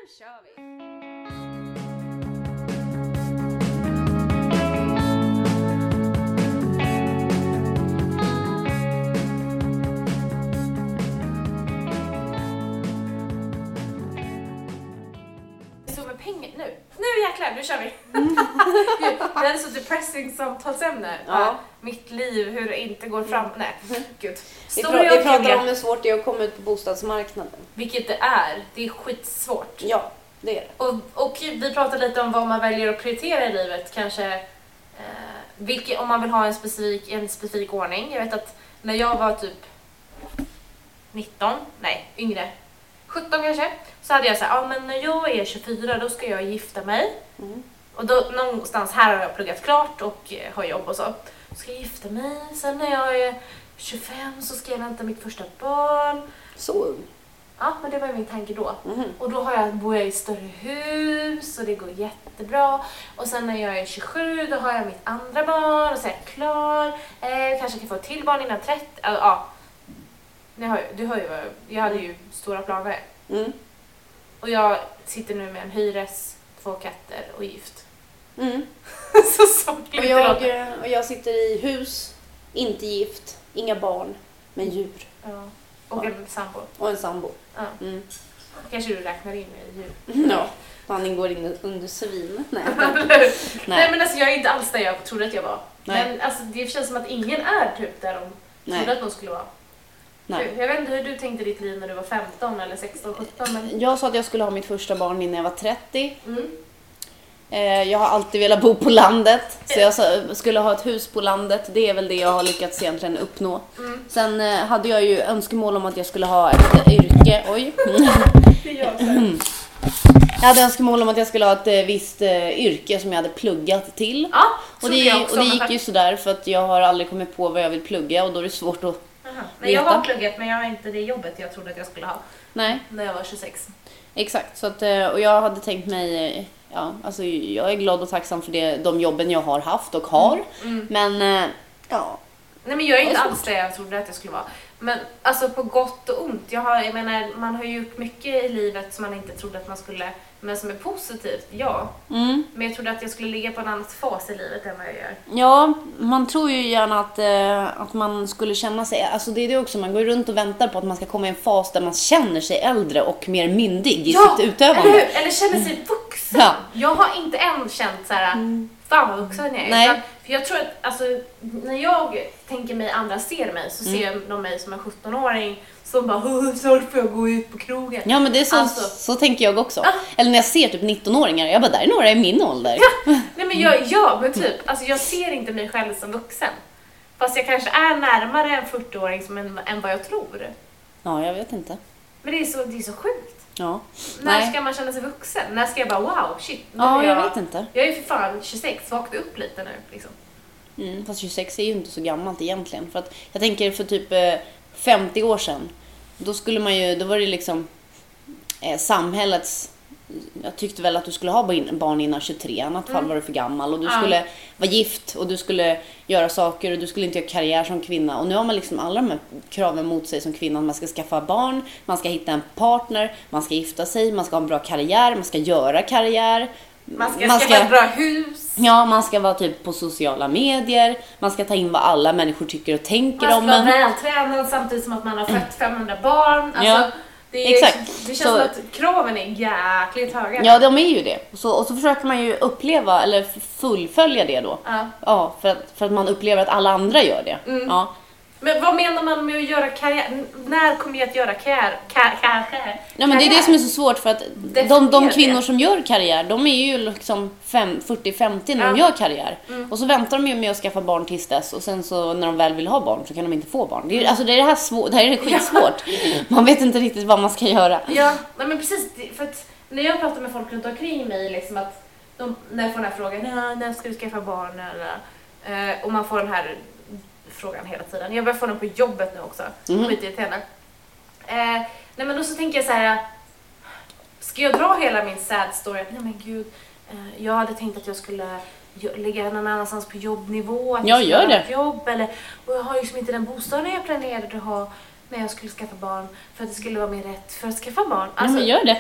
kör vi! Så med pengar nu. Nu jäklar, nu kör vi! Det är så depressing samtalsämne. Ja. Mitt liv, hur det inte går fram. Nej, gud. Vi pratar om hur svårt det är att komma ut på bostadsmarknaden. Vilket det är. Det är skitsvårt. Ja, det är det. Och vi pratar lite om vad man väljer att prioritera i livet. Kanske om man vill ha en specifik ordning. Jag vet att när jag var typ 19, nej yngre, 17 kanske, så hade jag så här, men när jag är 24 då ska jag gifta mig. Och då någonstans här har jag pluggat klart och har jobb och så. Ska jag gifta mig, sen när jag är 25 så ska jag vänta mitt första barn. Så ung. Ja, men det var min tanke då. Och då bor jag i större hus och det går jättebra. Och sen när jag är 27 då har jag mitt andra barn och så är jag klar. Kanske kan få ett till barn innan 30. Ja. Du hör ju, jag hade ju stora planer. Och jag sitter nu med en hyres, 2 katter och gift. Och jag sitter i hus, inte gift, inga barn, men djur. Ja. Och en sambo. Och en sambo. Ja. Kanske du räknar in i djur. Ja, han går in under svin. Nej men alltså jag är inte alls där jag trodde att jag var. Nej. Men alltså det känns som att ingen är typ där de trodde att de skulle vara. Nej. Jag vet inte hur du tänkte ditt liv när du var 15 eller 16, 17. Men... Jag sa att jag skulle ha mitt första barn innan jag var 30. Jag har alltid velat bo på landet. Så jag skulle ha ett hus på landet. Det är väl det jag har lyckats egentligen uppnå. Sen hade jag ju önskemål om att jag skulle ha ett yrke. Oj. Jag hade önskemål om att jag skulle ha ett visst yrke som jag hade pluggat till. Ja, och det gick ju sådär för att jag har aldrig kommit på vad jag vill plugga. Och då är det svårt att men jag har pluggat men jag har inte det jobbet jag trodde att jag skulle ha. Nej. När jag var 26. Exakt, så att, och jag hade tänkt mig, alltså jag är glad och tacksam för de jobben jag har haft och har. Men ja. Nej men jag är inte alls det jag trodde att jag skulle vara. Men alltså på gott och ont. Jag menar, man har ju gjort mycket i livet som man inte trodde att man skulle, men som är positivt, ja. Men jag trodde att jag skulle ligga på en annan fas i livet än vad jag gör. Ja, man tror ju gärna att man skulle känna sig, alltså det är det också, man går runt och väntar på att man ska komma i en fas där man känner sig äldre och mer myndig i sitt utövande. Eller känner sig vuxen. Ja. Jag har inte än känt så här, fan vad vuxen jag är. Nej. För jag tror att alltså, när jag tänker mig andra ser mig så ser de mig som en 17-åring som bara, snart får jag gå ut på krogen. Ja men det är så tänker jag också. Eller när jag ser typ 19-åringar, jag bara, där är några i min ålder. Ja, nej men men typ, alltså jag ser inte mig själv som vuxen. Fast jag kanske är närmare en 40-åring än vad jag tror. Ja, jag vet inte. Men det är så sjukt. Ja. När ska man känna sig vuxen? När ska jag bara, wow, shit. Jag vet inte. Jag är för fan 26, vakna upp lite nu liksom. Fast 26 är ju inte så gammalt egentligen. För att jag tänker för typ 50 år sedan. Då var det liksom samhällets... Jag tyckte väl att du skulle ha barn innan 23. I annat fall var du för gammal. Och du skulle vara gift. Och du skulle göra saker. Och du skulle inte göra karriär som kvinna. Och nu har man liksom alla de här kraven mot sig som kvinna. Man ska skaffa barn. Man ska hitta en partner. Man ska gifta sig. Man ska ha en bra karriär. Man ska göra karriär. Man ska skaffa ett bra hus. Ja, man ska vara typ på sociala medier. Man ska ta in vad alla människor tycker och tänker om en. Man ska vara vältränad samtidigt som att man har fött 500 barn. Alltså, ja, exakt. Det känns som att kraven är jäkligt höga. Ja, de är ju det. Och så försöker man ju uppleva eller fullfölja det då. Ja, för att man upplever att alla andra gör det. Ja. Men vad menar man med att göra karriär? När kommer jag att göra karriär? Ja, men det är det som är så svårt för att de kvinnor som gör karriär, de är ju liksom 40-50 när de gör karriär. Och så väntar de ju med att skaffa barn tills dess och sen så när de väl vill ha barn så kan de inte få barn. Det är, alltså det här är skitsvårt. Man vet inte riktigt vad man ska göra. Ja, men precis. För att när jag pratar med folk runt omkring mig liksom att när jag får den här frågan, när ska du skaffa barn? Eller, och man får den här frågan hela tiden. Jag börjar få den på jobbet nu också. Skitirriterande. Nej men då så tänker jag så här. Ska jag dra hela min sad story? Nej men gud. Jag hade tänkt att jag skulle ligga någon annanstans på jobbnivå. Att jag gör det. Jobb, eller, och jag har ju liksom inte den bostaden jag planerade att ha när jag skulle skaffa barn. För att det skulle vara mer rätt för att skaffa barn. Alltså, men gör det.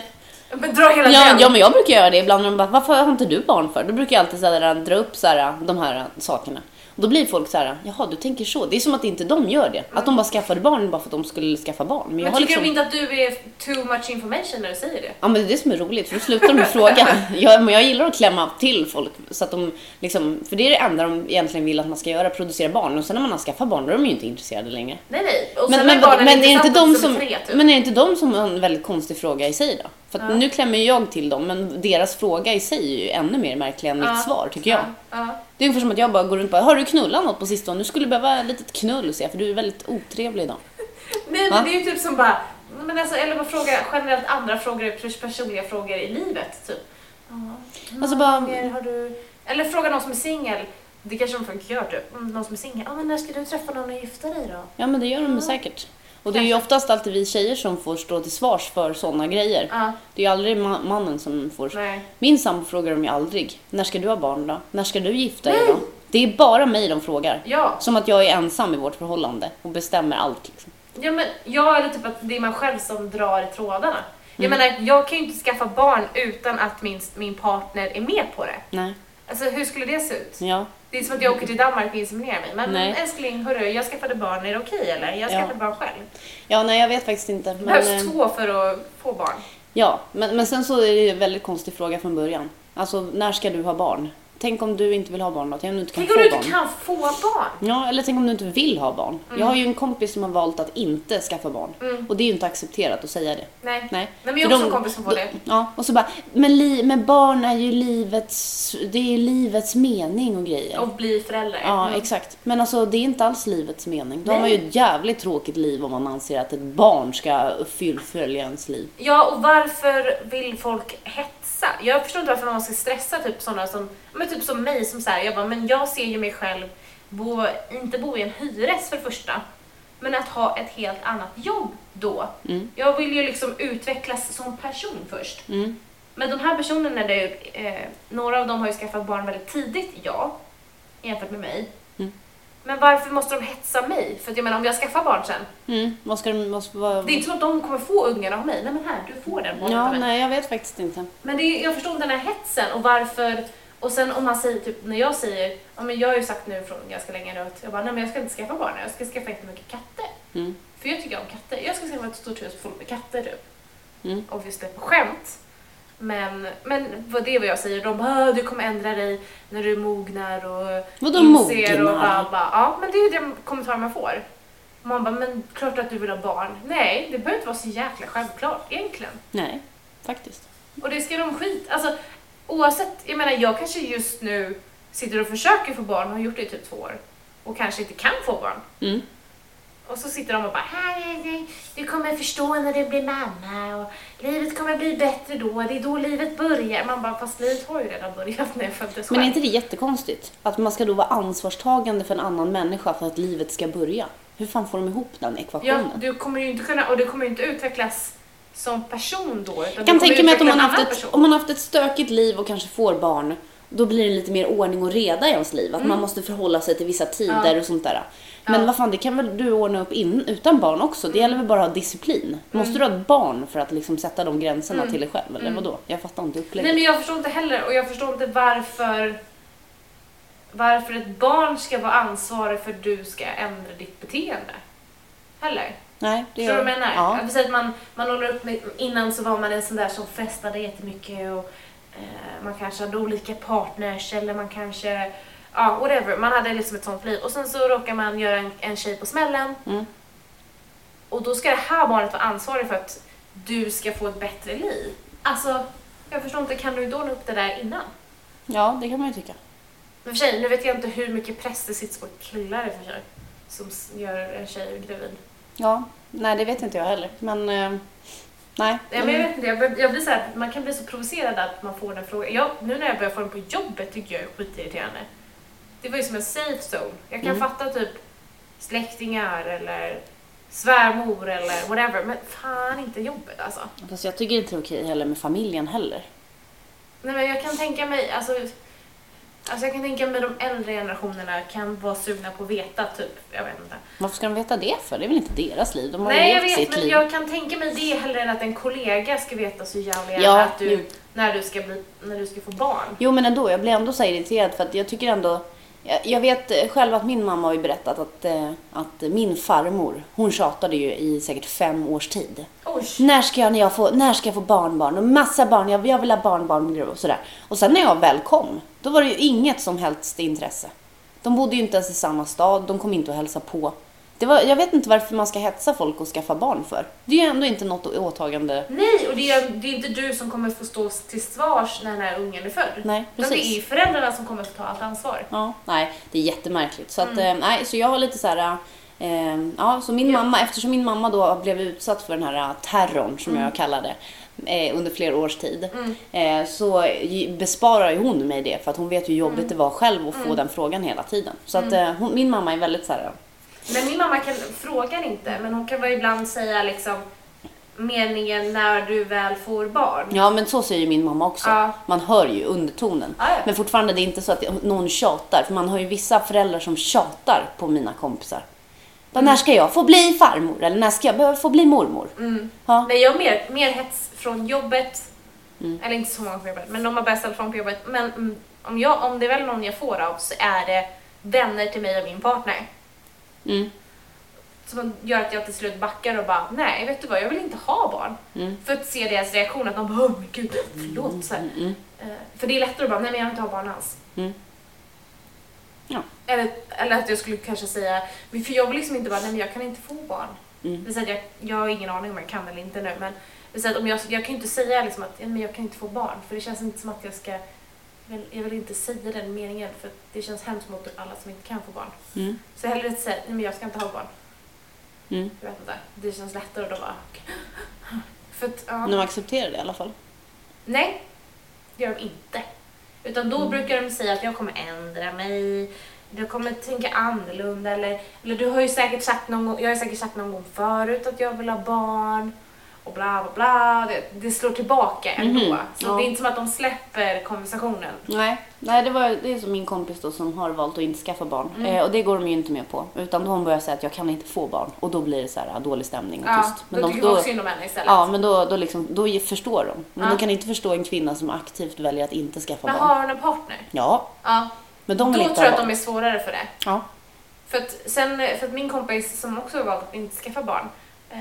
Men dra hela Ja, den. ja, men jag brukar göra det ibland. De bara, varför har inte du barn för? Då brukar jag alltid så här, dra upp så här, de här sakerna. Och då blir folk så här, jaha, du tänker så. Det är som att inte de gör det. Att de bara skaffade barn bara för att de skulle skaffa barn. Men jag tycker liksom... de inte att du är too much information när du säger det? Ja, men det är det som är roligt, för då slutar de med frågan. Jag gillar att klämma till folk så att de liksom, för det är det enda de egentligen vill att man ska göra, producera barn. Och sen när man har skaffat barn, då är de ju inte intresserade längre. Nej. Och Men, sen men, barnen men, är inte de som som, tre, typ. men är inte de som har en väldigt konstig fråga i sig då? För att nu klämmer jag till dem, men deras fråga i sig är ju ännu mer märklig än mitt svar, tycker jag. Det är ungefär som att jag bara går runt och bara, har du knullat något på sistone? Nu skulle du behöva ett litet knull, så jag, för du är väldigt otrevlig idag. Nej, men det är ju typ som bara, men alltså, eller bara fråga generellt andra frågor, personliga frågor i livet, typ. Alltså bara... Har du... Eller fråga någon som är singel. Det kanske de folk gör, typ. Någon som är singel. Men när ska du träffa någon och gifta dig då? Ja, men det gör de säkert. Och det är ju oftast alltid vi tjejer som får stå till svars för sådana grejer. Det är ju aldrig mannen som får... Nej. Min sambo frågar de ju aldrig. När ska du ha barn då? När ska du gifta dig då? Det är bara mig de frågar. Ja. Som att jag är ensam i vårt förhållande och bestämmer allt liksom. Ja, men jag är typ att det är man själv som drar i trådarna. Jag menar, jag kan ju inte skaffa barn utan att min partner är med på det. Nej. Alltså, hur skulle det se ut? Ja. Det är som att jag åker till Danmark och inseminerar mig. Men Nej. älskling, hörru, jag skaffade barn, är det okej eller? Jag skaffade barn själv. Ja, nej, jag vet faktiskt inte. Det Men, behövs 2 för att få barn. ja, men sen så är det en väldigt konstig fråga från början. Alltså, när ska du ha barn? Tänk om du inte vill ha barn då? Tänk om du inte kan Tänk få om du barn? inte kan få barn. Ja, eller tänk om du inte vill ha barn. Jag har ju en kompis som har valt att inte skaffa barn. Och det är ju inte accepterat att säga det. Nej, men jag har också en kompis som får det. Ja, och så bara, men barn är ju det är livets mening och grejer. Och bli förälder. Ja, exakt. Men alltså, det är inte alls livets mening. Då har man ju ett jävligt tråkigt liv om man anser att ett barn ska fullfölja ens liv. Ja, och varför vill folk hetsa? Jag förstår inte varför man ska stressa typ sådana som, men typ som mig som säger, jag bara, men jag ser ju mig själv inte bo i en hyres för första, men att ha ett helt annat jobb då. Jag vill ju liksom utvecklas som person först. Men de här personerna, några av dem har ju skaffat barn väldigt tidigt, jämfört med mig. Men varför måste de hetsa mig? För att jag menar, om jag skaffar barn sen, det är inte så att de kommer få ungarna av mig. Nej, men här, du får den barnen av mig. Nej, jag vet faktiskt inte. Men jag förstår inte den här hetsen och varför. Och sen om man säger, typ när jag säger, ja, men jag har ju sagt nu från ganska länge nu att jag bara, nej, men jag ska inte skaffa barn, jag ska skaffa jättemycket katter. För jag tycker om katter. Jag ska skaffa ett stort hus fullt med katter typ. Obviously på skämt. Men det är vad jag säger. De bara, du kommer ändra dig när du mognar och vadå inser och mognar? bara, ja, men det är ju den kommentar man får. Man bara, men klart att du vill ha barn. Nej, det behöver inte vara så jäkla självklart egentligen. Nej, faktiskt. Och det ska de alltså oavsett, jag menar, jag kanske just nu sitter och försöker få barn och har gjort det i typ 2 år och kanske inte kan få barn. Och så sitter de och bara, du kommer förstå när du blir mamma och livet kommer bli bättre då, det är då livet börjar. Man bara, fast livet har ju redan börjat när jag föddes själv. Men är inte det jättekonstigt? Att man ska då vara ansvarstagande för en annan människa för att livet ska börja. Hur fan får de ihop den ekvationen? Ja, du kommer ju inte kunna, och du kommer ju inte utvecklas som person då. Utan Jag kan tänka mig att om man har haft ett stökigt liv och kanske får barn, då blir det lite mer ordning och reda i ens liv. Att man måste förhålla sig till vissa tider och sånt där. Men vad fan, det kan väl du ordna upp utan barn också? Det gäller väl bara att ha disciplin. Måste du ha ett barn för att liksom sätta de gränserna till dig själv? Eller vadå? Jag fattar inte upplägget. Nej, men jag förstår inte heller. Och jag förstår inte varför ett barn ska vara ansvarig för att du ska ändra ditt beteende. Heller. Nej, det gör jag. Menar? Ja. Jag vill säga att man håller upp med, innan så var man en sån där som festade jättemycket och man kanske hade olika partners eller man kanske, whatever. Man hade liksom ett sånt liv och sen så råkar man göra en tjej på smällen och då ska det här barnet vara ansvarig för att du ska få ett bättre liv. Alltså, jag förstår inte, kan du då nå upp det där innan? Ja, det kan man ju tycka. Men för sig, nu vet jag inte hur mycket press det sitter på killar i och för sig som gör en tjej gravid. Ja, nej, det vet inte jag heller. Men nej. Ja, men jag vet inte, jag blir så här, man kan bli så provocerad att man får den frågan. Nu när jag börjar få den på jobbet tycker jag är skitirriterande. Det var ju som en safe zone. Jag kan fatta typ släktingar eller svärmor eller whatever, men fan inte jobbet alltså. Fast jag tycker inte det är okej heller med familjen heller. Nej, men jag kan tänka mig, alltså Alltså jag kan tänka mig de äldre generationerna kan vara sugna på att veta typ, jag vet inte. Varför ska de veta det för? Det är väl inte deras liv? De har Nej, jag levt vet, sitt men liv. jag kan tänka mig det hellre än att en kollega ska veta så jävla gärna Ja, att du, när du ska få barn. Jo, men ändå, jag blir ändå så irriterad för att jag tycker ändå... Jag vet själv att min mamma har ju berättat att min farmor, hon tjatade ju i säkert 5 års tid. Oj. När ska jag få barnbarn? Och massa barn, jag vill ha barnbarn och sådär. Och sen när jag väl kom, då var det ju inget som helst intresse. De bodde ju inte ens i samma stad, de kom inte att hälsa på. Jag vet inte varför man ska hetsa folk och skaffa barn för. Det är ju ändå inte något åtagande. Nej, och det är inte du som kommer få stå till svars när den här ungen är född. Nej, precis. Det är ju föräldrarna som kommer få ta allt ansvar. Ja, nej, det är jättemärkligt. Så att, nej, så jag har lite så här... ja, så min mamma, eftersom min mamma då blev utsatt för den här terrorn som jag kallade under flera års tid, så besparar ju hon mig det, för att hon vet hur jobbigt det var själv att få den frågan hela tiden. Så att min mamma är väldigt så här... Men min mamma frågar inte, men hon kan väl ibland säga liksom meningen när du väl får barn. Ja, men så säger ju min mamma också. Ja. Man hör ju undertonen. Ja, ja. Men fortfarande det är inte så att någon tjatar. För man har ju vissa föräldrar som tjatar på mina kompisar. När ska jag få bli farmor? Eller när ska jag få bli mormor? Ja. Nej, jag har mer hets från jobbet. Eller inte så många på jobbet, men de har börjat ställa från på jobbet. Men om det är väl någon jag får av, så är det vänner till mig och min partner. Som gör att jag till slut backar och bara, nej, vet du vad, jag vill inte ha barn. För att se deras reaktion, att de bara, men gud, förlåt. Så här. För det är lättare att bara, nej men jag vill inte ha barn alls. Ja. Eller att jag skulle kanske säga, för jag vill liksom inte bara, nej men jag kan inte få barn. Det är att jag har ingen aning om jag kan eller inte nu, men det är att om jag kan ju inte säga liksom att men jag kan inte få barn, för det känns inte som att jag vill inte säga den meningen, för det känns hemskt mot alla som inte kan få barn. Så jag hellre säga, nej men jag ska inte ha barn. Jag vet inte, det känns lättare och då bara, okay. För att, ja. De accepterar det i alla fall. Nej, det gör de inte. Utan då brukar de säga att jag kommer ändra mig, jag kommer tänka annorlunda, eller du har ju säkert sagt någon gång, jag har säkert sagt någon gång förut att jag vill ha barn och bla bla bla. Det slår tillbaka ändå. Så det är inte som att de släpper konversationen. Nej, det är som min kompis då som har valt att inte skaffa barn. Och det går de ju inte med på. Utan då hon börjar säga att jag kan inte få barn. Och då blir det så här dålig stämning och tyst. Men då tycker folk synd om henne istället. Ja, men då förstår de. Men de kan inte förstå en kvinna som aktivt väljer att inte skaffa barn. Men har hon en partner? Ja. Men de vill då inte tror jag att ha de är svårare för det. Ja. För att min kompis som också har valt att inte skaffa barn,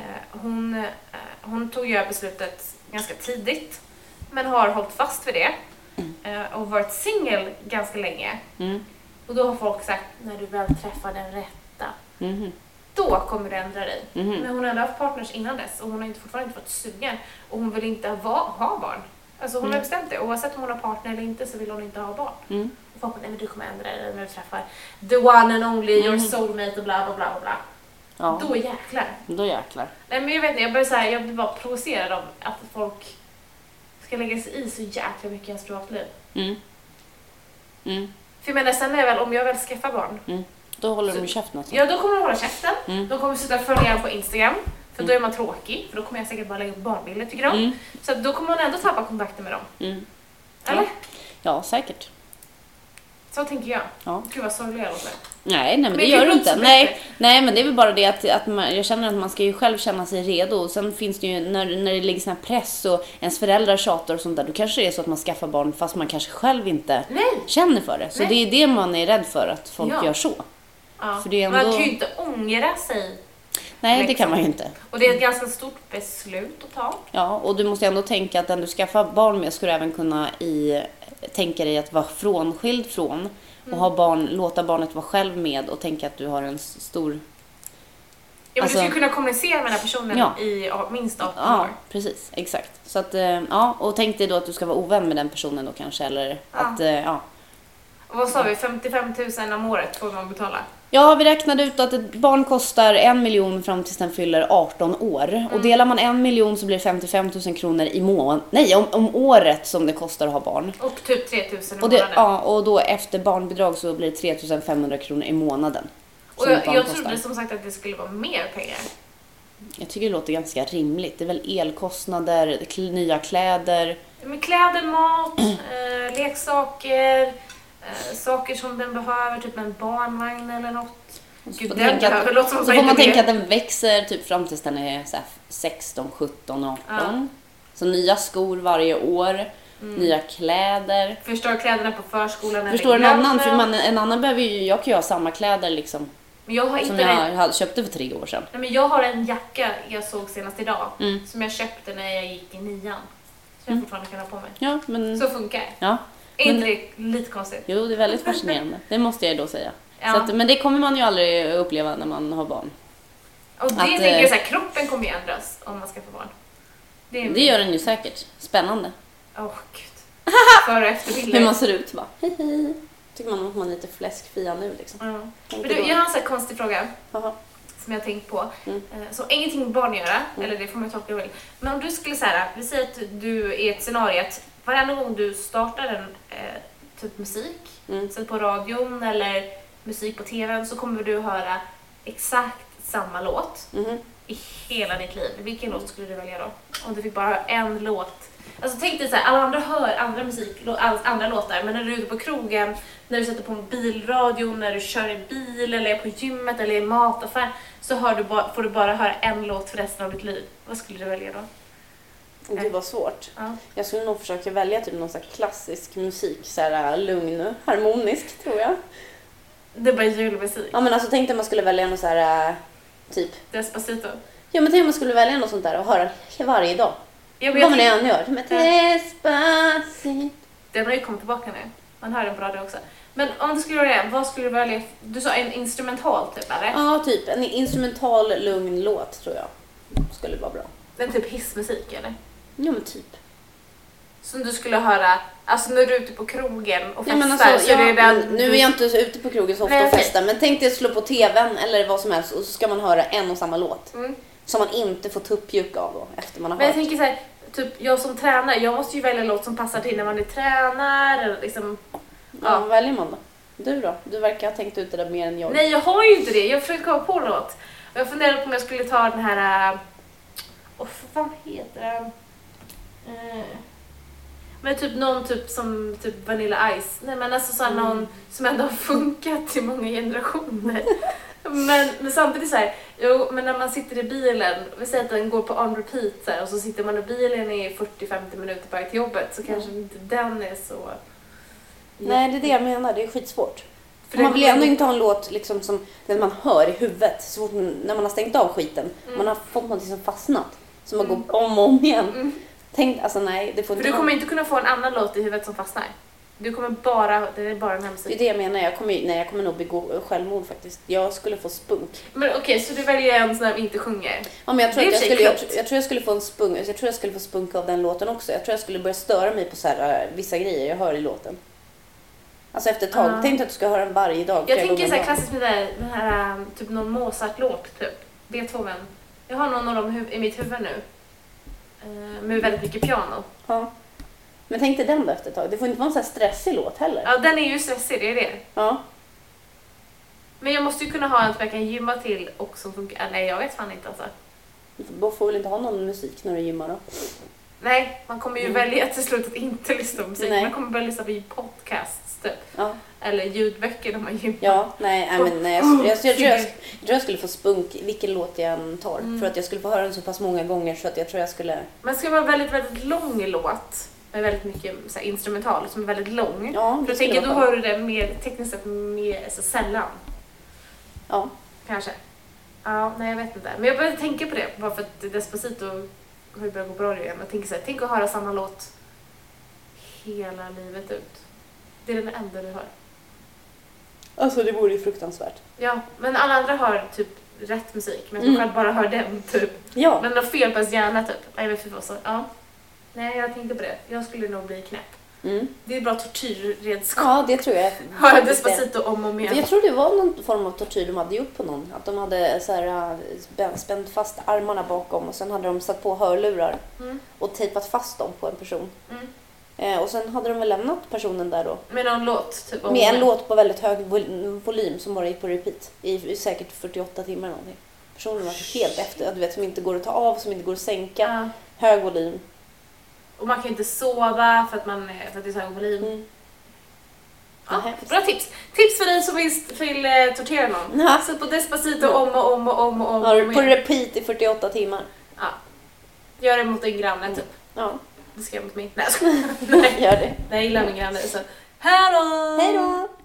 hon tog ju beslutet ganska tidigt, men har hållit fast vid det och varit singel ganska länge. Och då har folk sagt, när du väl träffar den rätta, då kommer du ändra dig. Men hon har ändå haft partners innan dess och hon har fortfarande inte fått sugen, och hon vill inte ha barn. Alltså hon har bestämt det, oavsett om hon har partner eller inte så vill hon inte ha barn. Och folk bara, nej men du kommer ändra dig när du träffar the one and only, your soulmate och bla bla bla bla. Ja. Då jäklar. Nej men jag vet inte, jag blir bara provocerad av att folk ska lägga sig i så jäkla mycket i ens privatliv. För jag menar, sen är väl, om jag väl skaffar barn, då håller de käften alltså. Ja, då kommer de hålla käften. De kommer sluta följa på Instagram, för då är man tråkig, för då kommer jag säkert bara lägga upp barnbilder, tycker de. Så då kommer man ändå tappa kontakten med dem. Eller? Ja, säkert. Så tänker jag. Ja. Gud vad sorglig jag låter. Nej, men det gör du inte. Nej, men det är väl bara det att jag känner att man ska ju själv känna sig redo. Och sen finns det ju, när det ligger sån här press och ens föräldrar tjatar och sånt där, då kanske det är så att man skaffar barn fast man kanske själv inte känner för det. Så det är det man är rädd för, att folk gör så. Ja. För det är ändå... Man kan ju inte ångra sig. Nej, det kan man ju inte. Och det är ett ganska stort beslut att ta. Ja, och du måste ändå tänka att den du skaffar barn med ska du även kunna tänka dig att vara frånskild från. Och ha låta barnet vara själv med och tänka att du har en stor... Ja, men du ska kunna kommunicera med den här personen i minst 18 år. Ja, precis. Exakt. Så att, och tänk dig då att du ska vara ovän med den personen då kanske, eller att, Och vad sa vi? 55 000 om året får man betala? Ja, vi räknade ut att ett barn kostar 1 miljon fram tills den fyller 18 år. Och delar man 1 miljon så blir det 55 000 kronor i månaden. Nej, om året som det kostar att ha barn. Och typ 3 000 i månaden. Ja, och då efter barnbidrag så blir det 3 500 kronor i månaden. Och jag trodde som sagt att det skulle vara mer pengar. Jag tycker det låter ganska rimligt. Det är väl elkostnader, nya kläder. Med kläder, mat, leksaker, Saker som den behöver, typ en barnvagn eller något. Gud, så får man tänka att den växer typ fram tills den är så här 16, 17, 18. Ja. Så nya skor varje år, nya kläder. Förstår kläderna på förskolan. Förstår en annan, för en annan behöver ju, jag kan ju ha samma kläder liksom. Men jag har som jag köpte för 3 år sedan. Nej, men jag har en jacka jag såg senast idag som jag köpte när jag gick i 9:an. Så jag fortfarande kan ha på mig. Ja, men... Så funkar det. Ja. Är inte det lite konstigt? Jo, det är väldigt fascinerande. Det måste jag då säga. Ja. Så att, men det kommer man ju aldrig uppleva när man har barn. Och det tänker jag så här, kroppen kommer ju ändras om man ska få barn. Det gör den ju säkert. Spännande. Gud. Före och efterbilder. Hur man ser ut, va? Tycker man att man är lite fläskfia nu liksom. Men du, jag har en sån här konstig fråga. Aha. Som jag har tänkt på. Så ingenting med barn göra, eller det får man tolka väl. Men om du skulle säga, vi säger att du är i ett scenario att varje gång du startar en typ musik, så på radion eller musik på tvn, så kommer du höra exakt samma låt i hela ditt liv. Vilken låt skulle du välja då? Om du fick bara höra en låt. Alltså tänk dig så här, alla andra hör andra andra låtar, men när du är ute på krogen, när du sätter på en bilradio, när du kör i bil eller är på gymmet eller i mataffär, så får du bara höra en låt för resten av ditt liv. Vad skulle du välja då? Det var svårt. Ja. Jag skulle nog försöka välja typ någon så här klassisk musik, så här lugn, harmonisk tror jag. Det är bara julmusik. Ja, men alltså tänk om man skulle välja någon så här typ Despacito. Ja, men tänk om man skulle välja något sånt där och höra varje dag. Ja, vad man än gör. Med Despacito. Den har ju kommit tillbaka nu. Man hör den på radio också. Men om du skulle göra det, vad skulle du välja? Du sa en instrumental typ, eller? Ja, typ. En instrumental lugn låt tror jag skulle vara bra. En typ hissmusik, eller? Ja, men typ. Som du skulle höra, alltså när du är ute på krogen och festar. Ja, men alltså, så är det nu är jag inte så ute på krogen så ofta och festar. Men tänk dig att slå på tvn eller vad som helst och så ska man höra en och samma låt. Som man inte får tuppjuck av då, efter man har men hört. Jag tänker så här, typ jag som tränare, jag måste ju välja en låt som passar till när man är tränare eller liksom. Ja, vad väljer man då? Du då? Du verkar ha tänkt ut det där mer än jag. Nej, jag har ju inte det. Jag försöker komma på en låt. Och jag funderade på om jag skulle ta den här... vad heter den? Men typ någon typ som typ Vanilla Ice. Nej, men alltså så någon som ändå har funkat i många generationer. men samtidigt så här, jo, men när man sitter i bilen, vi säger att den går på on repeat så här, och så sitter man i bilen i 40-50 minuter på väg till jobbet, så kanske inte den är så... Nej, det är det jag menar. Det är skitsvårt. För man vill ändå inte ha en låt liksom, som den man hör i huvudet så fort när man har stängt av skiten. Man har fått något som fastnat. Som man går om och om igen. Tänk, alltså nej, det får inte. För du kommer inte kunna få en annan låt i huvudet som fastnar. Du kommer bara, det är bara den här musiken. Det är det jag menar. Jag kommer nog begå självmord faktiskt. Jag skulle få spunk. Men okej, så du väljer en som inte sjunger? Ja, men jag tror jag skulle få en spunk. Jag tror jag skulle få spunk av den låten också. Jag tror jag skulle börja störa mig på så här, vissa grejer jag hör i låten. Alltså efter ett tag. Tänk att du ska höra den varje dag. Jag tänker så här klassiskt med den här typ någon Mozart-låt typ. Beethoven. Jag har någon av dem i mitt huvud nu. Med väldigt mycket piano. Ja. Men tänk dig den då efter ett tag. Det får inte vara en så här stressig låt heller. Ja, den är ju stressig, det är det. Ja. Men jag måste ju kunna ha en som jag kan gymma till och som funkar. Nej, jag vet fan inte alltså. Du får väl inte ha någon musik när du gymmar då? Nej, man kommer ju välja till slut att inte lyssna på musik. Nej. Man kommer börja lyssna på podcasts typ. Ja. Eller ljudböcker när man gymmar. Ja, nej, jag tror jag skulle få spunk vilken låt jag än tar. För att jag skulle få höra den så pass många gånger så att jag tror jag skulle... Men ska vara en väldigt, väldigt lång låt med väldigt mycket så här, instrumental som är väldigt lång. Ja, för jag tänker då hör du det mer tekniskt sett mer så sällan. Ja. Kanske. Ja, nej jag vet inte. Men jag började tänka på det bara för att Despacito har ju börjat gå bra igen. Jag tänker så här, tänk att höra samma låt hela livet ut. Det är den enda du hör. Alltså det vore ju fruktansvärt. Ja, men alla andra har typ rätt musik. Men jag själv bara hör den typ. Ja. Men den har fel på ens hjärna typ. Jag vet inte vad så. Ja. Nej, jag tänkte på det. Jag skulle nog bli knäpp. Det är bra tortyrredskap. Ja, det tror jag. Hör Despacito om och igen. Jag tror det var någon form av tortyr de hade gjort på någon. Att de hade så här, spänt fast armarna bakom och sen hade de satt på hörlurar och tejpat fast dem på en person. Och sen hade de väl lämnat personen där då. Med någon låt? Typ, med en låt på väldigt hög volym som bara gick på repeat. I säkert 48 timmar eller någonting. Personen var helt efter. Du vet, som inte går att ta av, som inte går att sänka. Hög volym. Och man kan inte sova för att det är så hög volym. Ja, bra tips. Tips för dig som vill tortera någon. Ja. Sätt på Despacito om och om. Har du på repeat i 48 timmar. Ja. Gör det mot din granne typ. Ja. Det ska jag mot min. Nej, jag skojar. Nej. Gör det. Nej, jag gillar min granne. Så. Hej då! Hej då!